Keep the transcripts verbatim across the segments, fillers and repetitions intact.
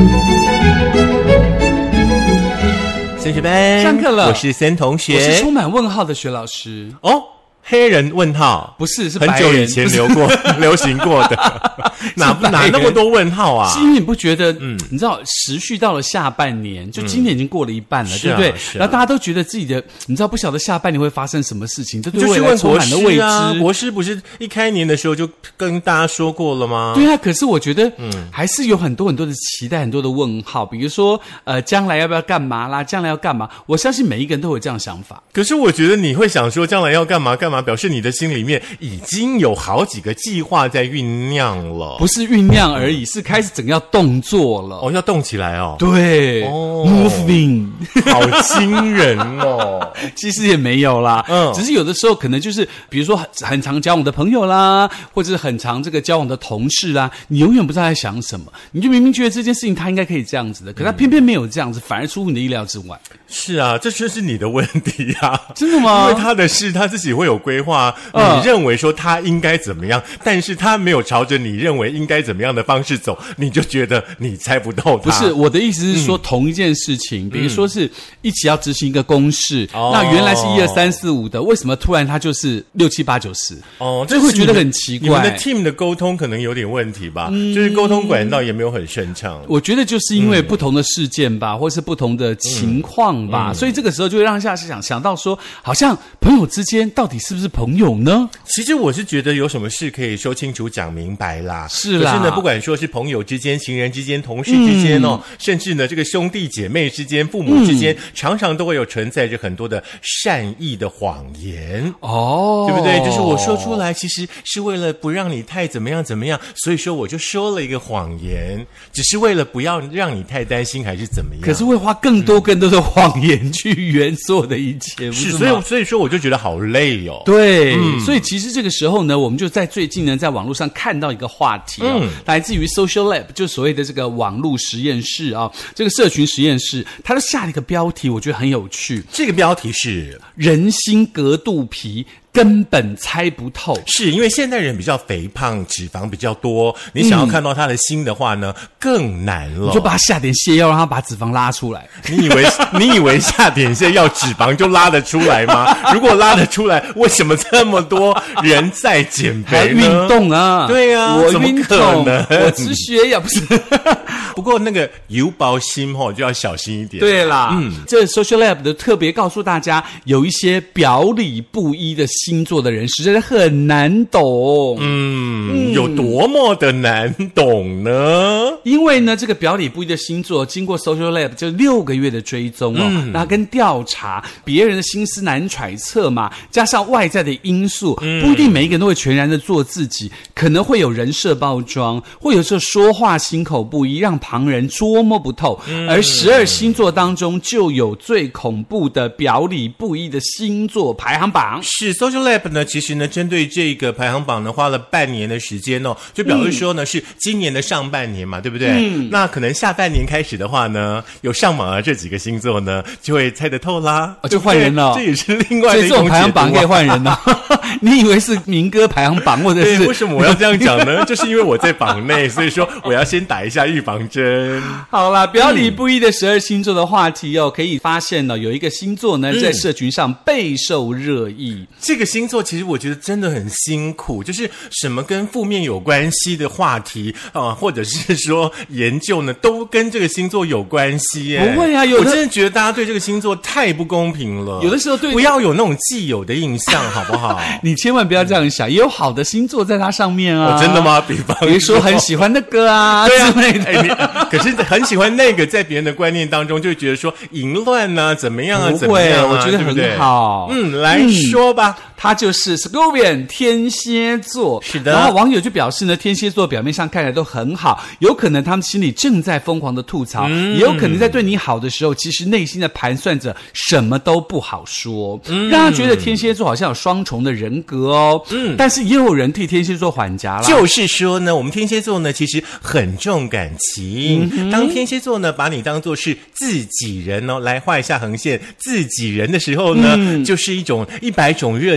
升学班上课了， 我是森同学， 我是充满问号的学老师。 哦，黑人问号不是，是很白人久以前流过流行过的，哪哪那么多问号啊？ 是因为你不觉得，嗯，你知道时序到了下半年，就今年已经过了一半了， 嗯、 对不对？ 啊啊、 然后大家都觉得自己的，你知道不晓得下半年会发生什么事情，这对未来就是充满了未知。 啊、国师不是一开年的时候就跟大家说过了吗？ 对啊，可是我觉得，嗯，还是有很多很多的期待，很多的问号，比如说，呃，将来要不要干嘛啦？将来要干嘛？我相信每一个人都有这样想法。 可是我觉得你会想说将来要干嘛干嘛，表示你的心里面已经有好几个计划在酝酿了， 不是酝酿而已，是开始整个要动作了。 哦，要动起来哦。 对、哦、，moving， 好惊人哦。 其实也没有啦，嗯，只是有的时候可能就是，比如说很很常交往的朋友啦，或者是很常这个交往的同事啦，你永远不知道在想什么，你就明明觉得这件事情他应该可以这样子的，可他偏偏没有这样子，反而出乎你的意料之外。 是啊，这就是你的问题啊！ 真的吗？ 因为他的事他自己会有规划，嗯、你认为说他应该怎么样，但是他没有朝着你认为应该怎么样的方式走，你就觉得你猜不透他。 不是，我的意思是说，嗯、同一件事情，比如说是一起要执行一个公式，嗯、那原来是一二三四五的，为什么突然它就是六七八九十？哦，就会觉得很奇怪。 你们的 team 的沟通可能有点问题吧？嗯、就是沟通管道也没有很顺畅。 我觉得就是因为不同的事件吧，嗯、或是不同的情况。嗯吧，嗯、所以这个时候就会让下士想想到说，好像朋友之间到底是不是朋友呢？ 其实我是觉得有什么事可以说清楚讲明白啦。 是啦， 可是呢，不管说是朋友之间、情人之间、同事之间哦，嗯、甚至呢这个兄弟姐妹之间、父母之间，嗯、常常都会有存在着很多的善意的谎言哦，对不对？就是我说出来，其实是为了不让你太怎么样怎么样，所以说我就说了一个谎言，只是为了不要让你太担心，还是怎么样？ 可是会花更多更多的谎言去圆所有的一切， 是，所以所以说我就觉得好累哦。 对，嗯、所以其实这个时候呢，我们就在最近呢，在网络上看到一个话题哦，嗯、来自于 Social Lab， 就所谓的这个网络实验室啊、哦，这个社群实验室，它就下了一个标题，我觉得很有趣。 这个标题是“ 人心隔肚皮”。根本猜不透， 是因为现代人比较肥胖，脂肪比较多，你想要看到他的心的话呢，嗯、更难了。 你就把他下点泻药，让他把脂肪拉出来。 你以为你以为下点泻药脂肪就拉得出来吗？如果拉得出来，为什么这么多人在减肥呢？ 还运动啊？ 对啊， 我怎么可能？ 我吃血药不是。 不过那个油包心吼就要小心一点。 对啦，嗯，这 Social Lab 的特别告诉大家，有一些表里不一的星座的人实在是很难懂。 嗯，嗯有多么的难懂呢？ 因为呢，这个表里不一的星座经过 Social Lab 就六个月的追踪哦，嗯、然后跟调查，别人的心思难揣测嘛，加上外在的因素，嗯、不一定每一个人都会全然的做自己，可能会有人设包装，或有时候说话心口不一，让旁人捉摸不透。嗯、而十二星座当中就有最恐怖的表里不一的星座排行榜。 是 Social Lab 呢，其实呢，针对这个排行榜呢，花了半年的时间哦，就表示说呢，嗯、是今年的上半年嘛，对不对？嗯，那可能下半年开始的话呢，有上榜的这几个星座呢，就会猜得透啦， 哦、就换人了。 这也是另外的一种解读、啊、 所以这种排行榜可以换人了。你以为是民歌排行榜，或者是？ 对，为什么我要这样讲呢？就是因为我在榜内，所以说我要先打一下预防针。 好啦，表里不一的十二星座的话题哦，可以发现哦，有一个星座呢，在社群上备受热议。 嗯、这个星座其实我觉得真的很辛苦，就是什么跟负面有关系的话题啊、呃，或者是说研究呢，都跟这个星座有关系耶。 不会啊，有的我真的觉得大家对这个星座太不公平了。 有的时候对， 不要有那种既有的印象，好不好？ 你千万不要这样想，也有好的星座在它上面啊。 哦、真的吗？比方比如说很喜欢那个啊， 对啊之类的。 哎，你可是很喜欢那个，在别人的观念当中就会觉得说淫乱啊，怎么样啊，怎么样啊？ 我觉得很好。 对对嗯，来说吧。 嗯他就是 Scorpion 天蝎座， 是的。 然后网友就表示呢，天蝎座表面上看起来都很好，有可能他们心里正在疯狂的吐槽，嗯、也有可能在对你好的时候，其实内心的盘算着什么都不好说，嗯、让他觉得天蝎座好像有双重的人格哦。嗯，但是也有人替天蝎座还价啦， 就是说呢，我们天蝎座呢其实很重感情，嗯、当天蝎座呢把你当作是自己人哦，来画一下横线，自己人的时候呢，嗯、就是一种一百种热情。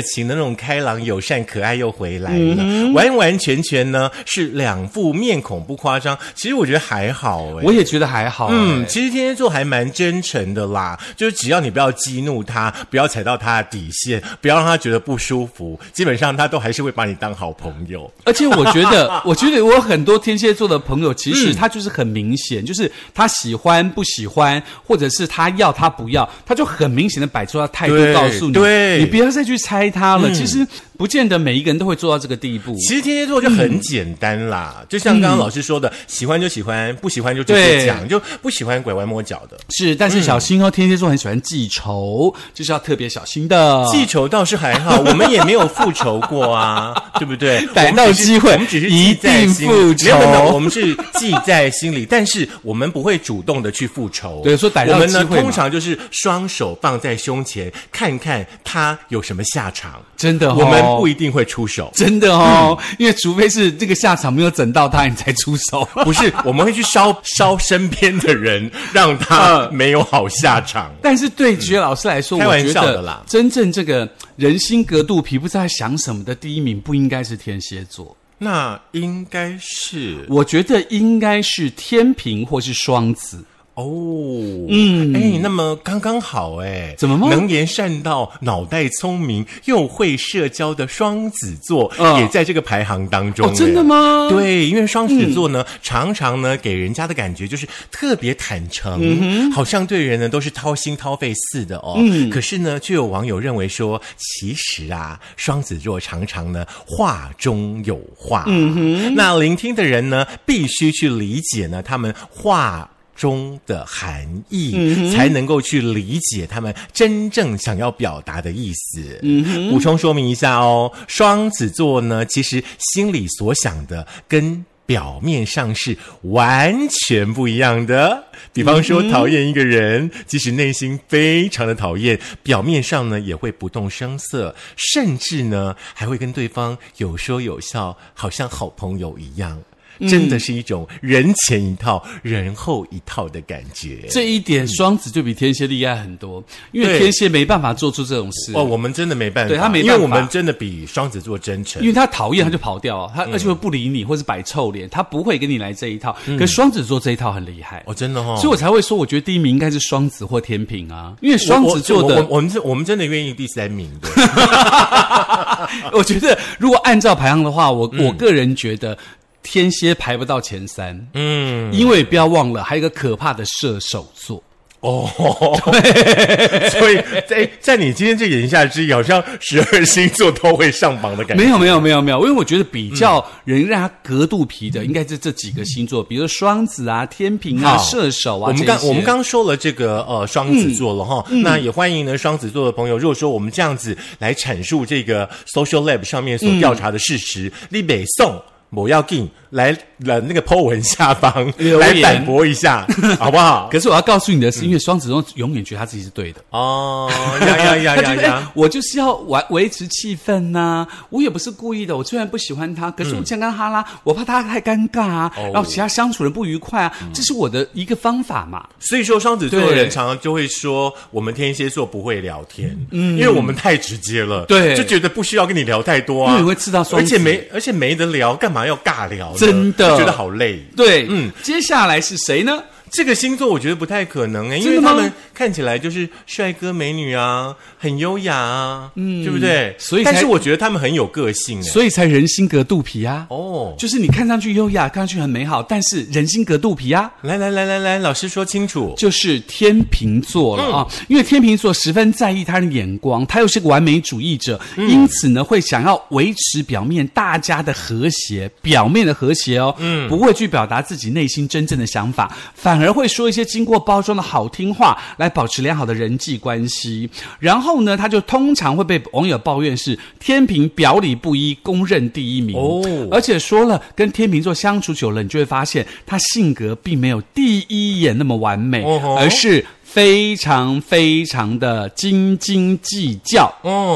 情的那种开朗、友善、可爱又回来了，嗯、完完全全呢是两副面孔，不夸张。其实我觉得还好哎， 我也觉得还好。 嗯，其实天蝎座还蛮真诚的啦，就是只要你不要激怒他，不要踩到他的底线，不要让他觉得不舒服，基本上他都还是会把你当好朋友。 而且我觉得，我觉得我有很多天蝎座的朋友，其实他就是很明显，嗯、就是他喜欢不喜欢，或者是他要他不要，他就很明显的摆出他态度告诉你， 对， 你不要再去猜他了。嗯、其实不见得每一个人都会做到这个地步。 其实天蝎座就很简单啦，嗯、就像刚刚老师说的，喜欢就喜欢，不喜欢就直接讲，就不喜欢拐弯抹角的。 是，但是小心哦，嗯、天蝎座很喜欢记仇，就是要特别小心的。 记仇倒是还好，我们也没有复仇过啊，对不对？ 逮到机会， 我们只是一定复仇。 没有没有，我们是记在心里，但是我们不会主动的去复仇。 对，说逮到机会， 我们呢通常就是双手放在胸前，看看他有什么下场。 真的哦， 我们不一定会出手， 真的哦，嗯、因为除非是这个下场没有整到他，你才出手。 不是，我们会去烧烧身边的人，让他没有好下场。 但是对菊老师来说， 嗯、开玩笑的啦， 真正这个人心隔肚皮不知道在想什么的第一名，不应该是天蝎座。 那应该是， 我觉得应该是天秤或是双子。 哦，嗯，哎，那么刚刚好哎， 怎么吗？ 能言善道、脑袋聪明又会社交的双子座，嗯、也在这个排行当中。 哦，真的吗？ 对，因为双子座呢，嗯、常常呢给人家的感觉就是特别坦诚，嗯、好像对人呢都是掏心掏肺似的哦。嗯，可是呢，却有网友认为说，其实啊，双子座常常呢话中有话。嗯哼，那聆听的人呢，必须去理解呢他们话中的含义，嗯、才能够去理解他们真正想要表达的意思。嗯、补充说明一下哦，双子座呢，其实心里所想的跟表面上是完全不一样的。比方说，讨厌一个人，即使内心非常的讨厌，表面上呢也会不动声色，甚至呢还会跟对方有说有笑，好像好朋友一样。真的是一种人前一套人后一套的感觉。 这一点双子就比天蝎厉害很多，因为天蝎没办法做出这种事。 哦，我们真的没办法， 对他没办法， 因为我们真的比双子座真诚。 因为他讨厌他就跑掉，他而且会不理你，或是摆臭脸，他不会跟你来这一套。嗯、可双子座这一套很厉害， 哦，真的哦， 所以我才会说，我觉得第一名应该是双子或天秤啊，因为双子座的， 我我我, 我们我们真的愿意第三名的。 我觉得如果按照排行的话，我、嗯、我个人觉得。天蝎排不到前三，嗯，因为不要忘了，还有一个可怕的射手座。 哦，对，所以在在你今天这言下之意，好像十二星座都会上榜的感觉。 没有，没有，没有，没有，因为我觉得比较人让他隔肚皮的，嗯、应该是这几个星座，比如说双子啊、天秤啊、射手啊。 我们刚我们刚说了这个呃双子座了哈，嗯、那也欢迎呢双子座的朋友，如果说我们这样子来阐述这个 Social Lab 上面所调查的事实，你北宋。我要进来了那个 po 文下方来反驳一下，好不好？ 可是我要告诉你的是，因为双子座永远觉得他自己是对的。 哦，呀呀呀呀呀！ 我就是要维维持气氛呐、啊，我也不是故意的。我虽然不喜欢他，可是我这样跟他啦，嗯、我怕他太尴尬啊，哦、然后其他相处人不愉快啊，嗯、这是我的一个方法嘛。 所以说，双子座的人常常就会说，我们天蝎座不会聊天，嗯，因为我们太直接了，对，就觉得不需要跟你聊太多啊， 因为你会吃到双子， 而且没而且没得聊，干嘛要尬聊？ 真的觉得好累。 对，嗯，接下来是谁呢？ 这个星座我觉得不太可能诶，因为他们看起来就是帅哥美女啊，很优雅啊，嗯，对不对？所以，但是我觉得他们很有个性， 所以才人心隔肚皮啊。哦，就是你看上去优雅，看上去很美好，但是人心隔肚皮啊。 来来来来来，老师说清楚， 就是天秤座了啊。嗯、因为天秤座十分在意他人眼光，他又是个完美主义者，嗯、因此呢，会想要维持表面大家的和谐，表面的和谐哦，嗯，不会去表达自己内心真正的想法，反而会说一些经过包装的好听话来保持良好的人际关系。然后呢，他就通常会被网友抱怨是天秤表里不一，公认第一名。哦，而且说了跟天秤座相处久了，你就会发现他性格并没有第一眼那么完美，哦、而是非常非常的斤斤计较。哦。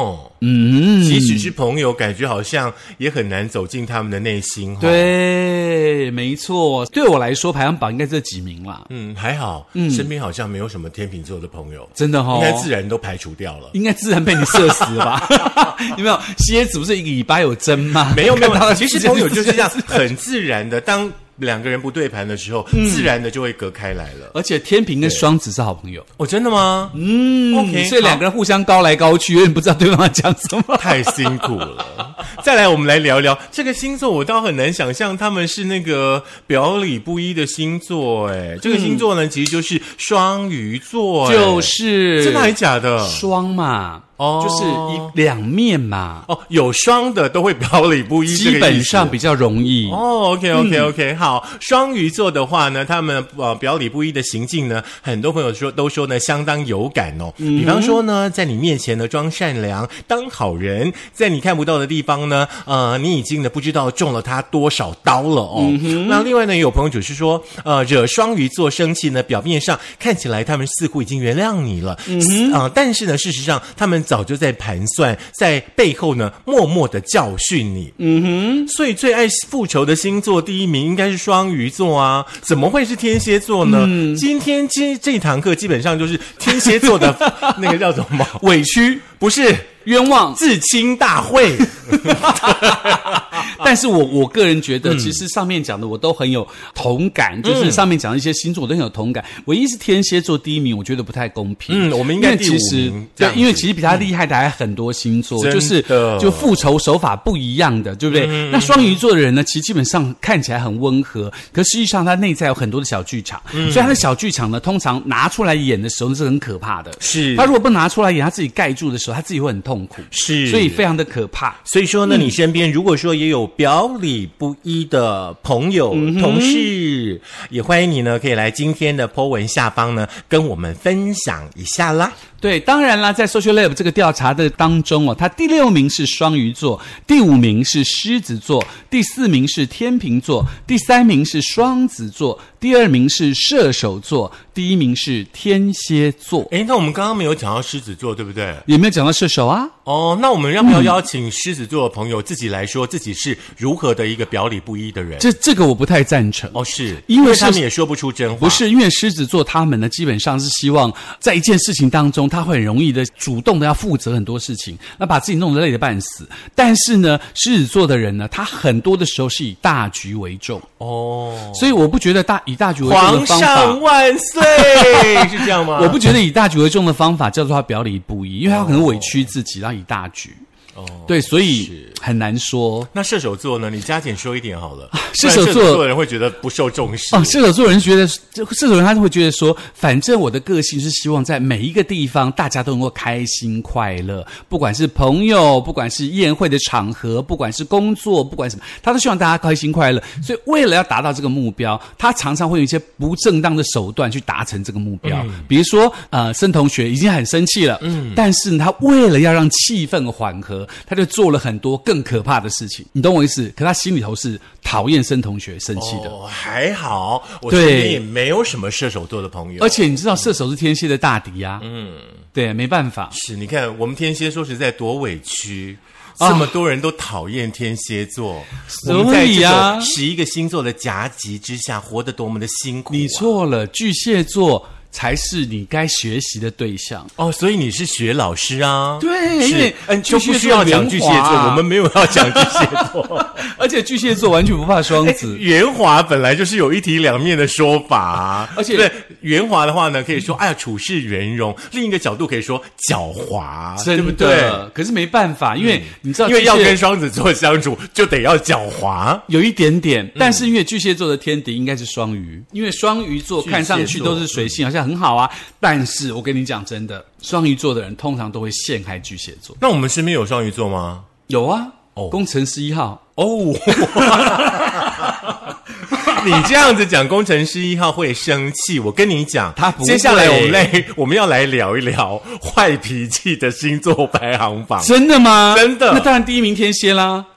嗯， 即使是朋友，感觉好像也很难走进他们的内心。 对，没错。对我来说，排行榜应该这几名啦。 嗯，还好，嗯，身边好像没有什么天秤座的朋友， 真的哦， 应该自然都排除掉了， 应该自然被你射死了吧？有没有？蝎子不是一个尾巴有针吗？ 没有没有，其实朋友就是这样，很自然的当。两个人不对盘的时候，嗯、自然的就会隔开来了。 而且天秤跟双子是好朋友哦，真的吗？ 嗯 ，OK， 所以两个人互相高来高去，有点不知道对方要讲什么， 太辛苦了。再来，我们来聊聊这个星座，我倒很难想象他们是那个表里不一的星座。哎，这个星座呢，嗯、其实就是双鱼座， 就是真的还假的？ 双嘛。 哦， 就是一两面嘛。 哦，有双的都会表里不一， 基本上比较容易。 哦 ，OK OK OK，、嗯、好。双鱼座的话呢，他们呃表里不一的行径呢，很多朋友说都说呢相当有感哦。嗯、比方说呢，在你面前呢装善良，当好人，在你看不到的地方呢，呃，你已经呢不知道中了他多少刀了哦。嗯、那另外呢，也有朋友就是说，呃，惹双鱼座生气呢，表面上看起来他们似乎已经原谅你了，嗯啊、呃，但是呢，事实上他们早就在盘算，在背后呢默默的教训你。嗯哼，所以最爱复仇的星座第一名应该是双鱼座啊，怎么会是天蝎座呢？嗯、今天这这一堂课基本上就是天蝎座的那个叫什么委屈， 不是冤枉自清大会。 但是我我个人觉得，其实上面讲的我都很有同感，嗯、就是上面讲的一些星座我都很有同感。唯一是天蝎座第一名，我觉得不太公平。 嗯，我们应该第五名。 对，因为其实比他厉害的还很多星座，嗯、就是就复仇手法不一样的，对不对？嗯、那双鱼座的人呢，其实基本上看起来很温和，可实际上他内在有很多的小剧场，嗯、所以他的小剧场呢，通常拿出来演的时候是很可怕的。 是， 他如果不拿出来演，他自己盖住的时候，他自己会很痛苦。 是， 所以非常的可怕。 所以说呢，嗯、你身边如果说也有表里不一的朋友、嗯、同事，也欢迎你呢，可以来今天的 po 文下方呢，跟我们分享一下啦。 对，当然啦，在 Social Lab 这个调查的当中哦，它第六名是双鱼座，第五名是狮子座，第四名是天秤座，第三名是双子座，第二名是射手座，第一名是天蝎座。 诶，那我们刚刚没有讲到狮子座，对不对？ 也没有讲到射手啊。 哦，那我们要不要邀请狮子座的朋友自己来说自己是如何的一个表里不一的人？ 这这个我不太赞成。 哦，是因为因为他们也说不出真话。 不是，因为狮子座他们呢，基本上是希望在一件事情当中，他会很容易的主动的要负责很多事情，那把自己弄得累得半死。但是呢，狮子座的人呢，他很多的时候是以大局为重。哦，所以我不觉得大以大局为重的方法。 皇上万岁，是这样吗？ 我不觉得以大局为重的方法叫做他表里不一，因为他可能委屈自己，然后以大局。哦，对，所以很难说。 那射手座呢？你加减说一点好了。 啊、射手座的人会觉得不受重视。 哦，射手座人觉得，射手人他会觉得说，反正我的个性是希望在每一个地方大家都能够开心快乐，不管是朋友，不管是宴会的场合，不管是工作，不管什么，他都希望大家开心快乐。所以为了要达到这个目标，他常常会有一些不正当的手段去达成这个目标。嗯、比如说，呃，申同学已经很生气了，嗯，但是他为了要让气氛缓和，他就做了很多更可怕的事情，你懂我意思？可他心里头是讨厌申同学生气的。 哦，还好，我身边也没有什么射手座的朋友。 而且你知道，射手是天蝎的大敌啊。嗯，对，没办法。 是，你看我们天蝎说实在多委屈。这么多人都讨厌天蝎座， 所以啊，我们在这种十一个星座的夹击之下，活得多么的辛苦啊。 你错了，巨蟹座才是你该学习的对象哦，所以你是学老师啊？ 对，因为嗯，就不需要讲巨蟹座，我们没有要讲巨蟹座， 而且巨蟹座完全不怕双子。 圆滑本来就是有一体两面的说法啊，而且对圆滑的话呢，可以说哎呀处事圆融，另一个角度可以说狡猾， 对不对？可是没办法，因为你知道， 因为要跟双子座相处，就得要狡猾， 有一点点。但是因为巨蟹座的天敌应该是双鱼，因为双鱼座看上去都是水性，好像很好啊，但是我跟你讲真的，双鱼座的人通常都会陷害巨蟹座。 那我们身边有双鱼座吗？ 有啊，哦，工程师一号哦。你这样子讲，工程师一号会生气。我跟你讲， 他不会。 接下来我们来，我们要来聊一聊坏脾气的星座排行榜。 真的吗？ 真的。 那当然第一名天蝎啦。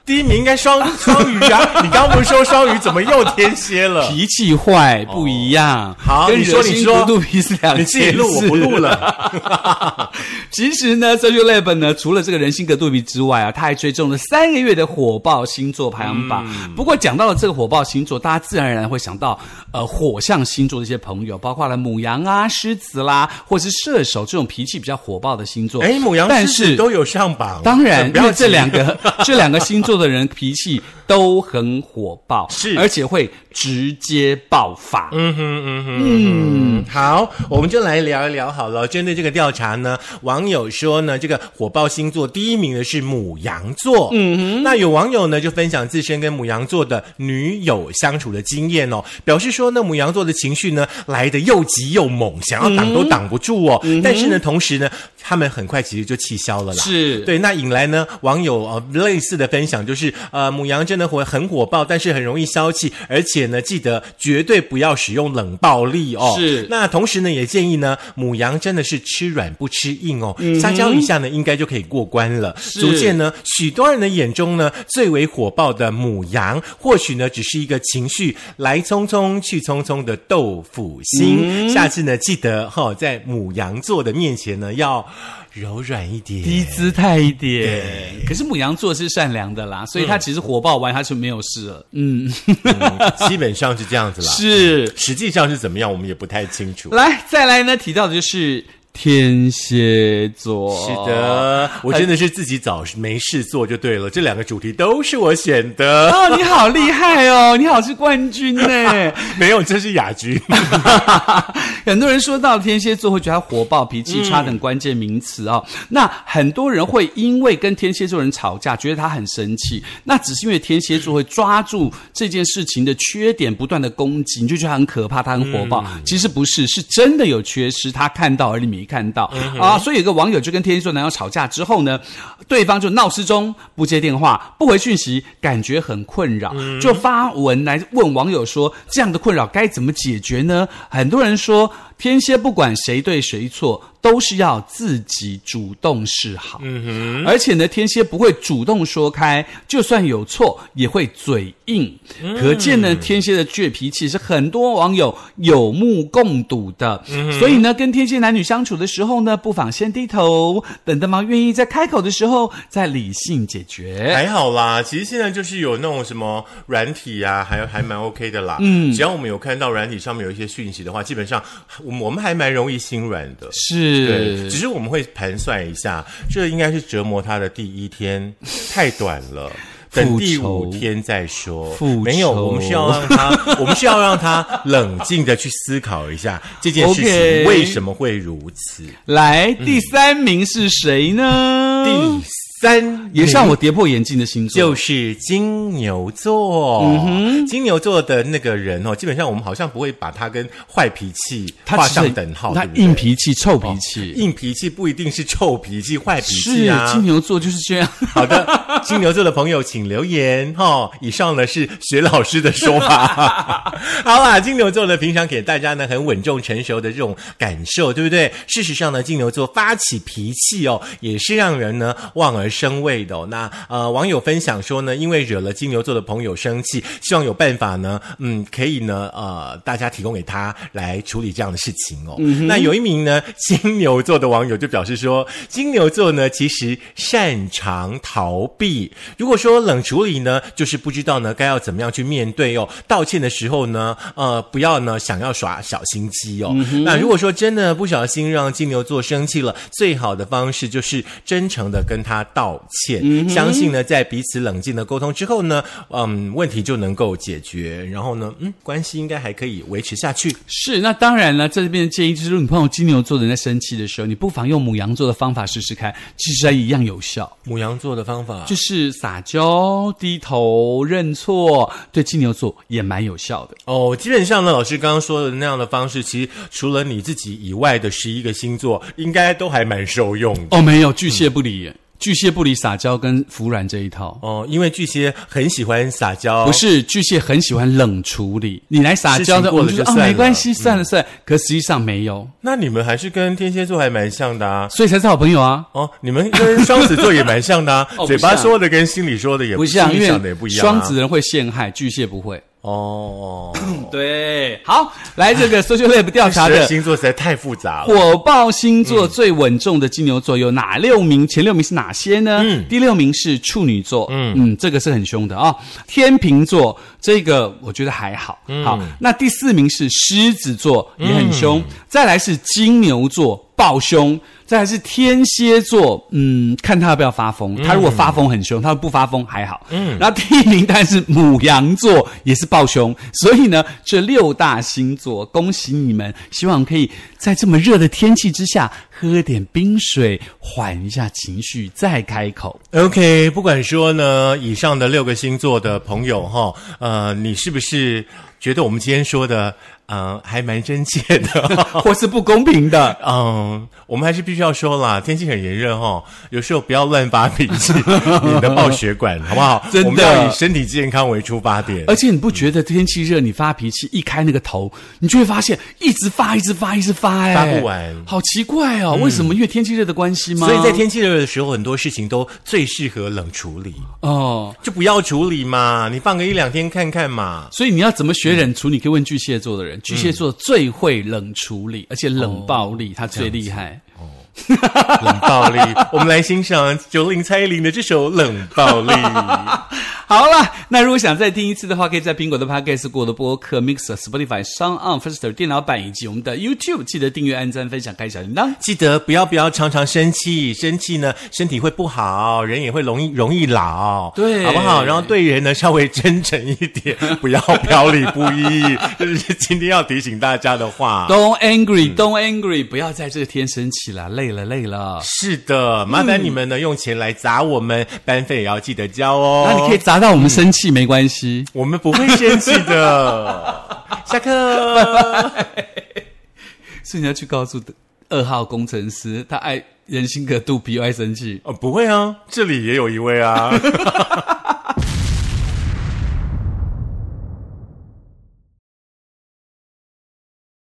第一名应该双双鱼啊！你刚刚不是说双鱼，怎么又天蝎了？ 脾气坏不一样。 哦、好， 跟你说你说， 惹心不肚皮是两件事。 你自己录，我不录了。 其实呢 ，Sociolab 呢，除了这个人心隔肚皮之外啊，他还追踪了三个月的火爆星座排行榜。嗯、不过讲到了这个火爆星座，大家自然而然会想到呃火象星座的一些朋友，包括了牡羊啊、狮子啦，或是射手这种脾气比较火爆的星座。 哎，牡羊、狮子都有上榜。 当然，因为这两个这两个星座的人脾气都很火爆， 是， 而且会直接爆发。 嗯哼嗯哼嗯，好，我们就来聊一聊好了。针对这个调查呢，网友说呢，这个火爆星座第一名的是牡羊座。嗯哼，那有网友呢就分享自身跟牡羊座的女友相处的经验哦，表示说呢，牡羊座的情绪呢来得又急又猛，想要挡都挡不住哦。嗯、但是呢，同时呢，他们很快其实就气消了啦。 是， 对，那引来呢网友呃类似的分享，就是呃牡羊真的火很火爆，但是很容易消气，而且呢记得绝对不要使用冷暴力哦。 是， 那同时呢也建议呢牡羊真的是吃软不吃硬哦，嗯、撒娇一下呢应该就可以过关了。逐渐呢许多人的眼中呢最为火爆的牡羊，或许呢只是一个情绪来匆匆去匆匆的豆腐心。嗯、下次呢记得哈、哦，在牡羊座的面前呢要柔软一点， 低姿态一点。可是牡羊座是善良的啦，所以他其实火爆完他就没有事了。嗯， 嗯基本上是这样子啦。 是， 实际上是怎么样，我们也不太清楚。 来，再来呢，提到的就是天蝎座。 是的，我真的是自己找没事做就对了，这两个主题都是我选的。 哦，你好厉害哦，你好是冠军呢。 没有，这是亚军。 很多人说到天蝎座会觉得他火爆、脾气差等关键名词哦。嗯、那很多人会因为跟天蝎座人吵架，觉得他很生气，那只是因为天蝎座会抓住这件事情的缺点，不断的攻击，你就觉得他很可怕，他很火爆。嗯、其实不是，是真的有缺失，他看到而你没看到、嗯、啊。所以有个网友就跟天蝎座男友吵架之后呢，对方就闹失踪，不接电话，不回讯息，感觉很困扰，嗯、就发文来问网友说，这样的困扰该怎么解决呢？很多人说，天蝎不管谁对谁错，都是要自己主动示好。嗯哼，而且呢，天蝎不会主动说开，就算有错也会嘴硬。嗯、可见呢，天蝎的倔脾气是很多网友有目共睹的。嗯、所以呢，跟天蝎男女相处的时候呢，不妨先低头，等对方愿意在开口的时候再理性解决。 还好啦，其实现在就是有那种什么软体啊，还还蛮 OK 的啦。嗯，只要我们有看到软体上面有一些讯息的话，基本上我们还蛮容易心软的。 是， 对，只是我们会盘算一下，这应该是折磨他的第一天，太短了。等第五天再说。没有，我们需要让他，我们需要让他冷静的去思考一下这件事情为什么会如此。Okay. 来，第三名是谁呢？ 第三也让我跌破眼镜的星座就是金牛座。嗯哼，金牛座的那个人哦，基本上我们好像不会把他跟坏脾气画上等号。 他硬脾气、臭脾气、 哦，硬脾气不一定是臭脾气、坏脾气啊。 是金牛座就是这样。 好的，金牛座的朋友请留言哈、哦。以上呢是学老师的说法。好啦，金牛座呢平常给大家呢很稳重成熟的这种感受，对不对？事实上呢，金牛座发起脾气哦，也是让人呢望而生畏的、哦、那呃，网友分享说呢，因为惹了金牛座的朋友生气，希望有办法呢，嗯，可以呢，呃，大家提供给他来处理这样的事情哦。嗯、那有一名呢金牛座的网友就表示说，金牛座呢其实擅长逃避，如果说冷处理呢，就是不知道呢该要怎么样去面对哦。道歉的时候呢，呃，不要呢想要耍小心机哦。嗯、那如果说真的不小心让金牛座生气了，最好的方式就是真诚的跟他道歉，嗯、相信呢，在彼此冷静的沟通之后呢，嗯，问题就能够解决，然后呢，嗯，关系应该还可以维持下去。 是，那当然了，在这边的建议就是，如果你碰到金牛座的人在生气的时候，你不妨用牡羊座的方法试试看，其实还一样有效。 牡羊座的方法就是撒娇、低头、认错，对金牛座也蛮有效的。 哦，基本上呢，老师刚刚说的那样的方式，其实除了你自己以外的十一个星座，应该都还蛮受用的。 哦，没有，巨蟹不理。嗯巨蟹不理撒娇跟服软这一套哦，因为巨蟹很喜欢撒娇， 不是巨蟹很喜欢冷处理，你来撒娇的，我们就说哦没关系，算了算了，嗯、可实际上没有。 那你们还是跟天蝎座还蛮像的啊， 所以才是好朋友啊。 哦，你们跟双子座也蛮像的啊，哦、嘴巴说的跟心里说的也不像， 心里想的也不一样、啊。 双子人会陷害，巨蟹不会。 哦， 对，好，来这个 Social Lab 调查的十二星座实在太复杂了。 火爆星座最稳重的金牛座有哪六名？前六名是哪些呢？嗯，第六名是处女座，嗯嗯，这个是很凶的啊、哦。天秤座这个我觉得还好，嗯、好，那第四名是狮子座，也很凶，嗯、再来是金牛座，暴凶。再来是天蝎座，嗯，看他要不要发疯。他如果发疯很凶，他不发疯还好。嗯，然后第一名当然是牡羊座，也是暴凶。所以呢，这六大星座，恭喜你们！希望可以在这么热的天气之下，喝点冰水，缓一下情绪，再开口。 OK， 不管说呢，以上的六个星座的朋友哈，呃，你是不是觉得我们今天说的？嗯，还蛮真切的， 或是不公平的。 嗯，我们还是必须要说啦，天气很炎热哈，有时候不要乱发脾气，你的爆血管好不好？ 真的， 我们要以身体健康为出发点。 而且你不觉得天气热，你发脾气一开那个头，你就会发现一直发，一直发，一直发、欸， 发不完， 好奇怪哦，嗯、为什么？因为天气热的关系吗？ 所以在天气热的时候，很多事情都最适合冷处理哦，就不要处理嘛，你放个一两天看看嘛。 所以你要怎么学冷处理？你可以问巨蟹座的人。巨蟹座最会冷处理，而且冷暴力，他、哦、最厉害。哦， 冷暴力，我们来欣赏九零蔡依林的这首《冷暴力》。 好了，那如果想再听一次的话，可以在苹果的 Podcast、我的播客 Mixer、Spotify、SoundOn、Firstory 电脑版以及我们的 YouTube， 记得订阅、按赞、分享、开小铃铛。 记得不要不要常常生气，生气呢身体会不好，人也会容易容易老， 对， 好不好？然后对人呢稍微真诚一点，不要表里不一，这是今天要提醒大家的话。 Don't angry, don't angry，、嗯、不要在这个天生气了，累了累了。 是的，麻烦你们呢、嗯、用钱来砸我们，班费也要记得交哦。 那你可以砸到我们生气、嗯、没关系， 我们不会生气的。下课，拜拜。 所以你要去告诉二号工程师，他爱人心隔肚皮，又爱生气。 哦，不会啊，这里也有一位啊。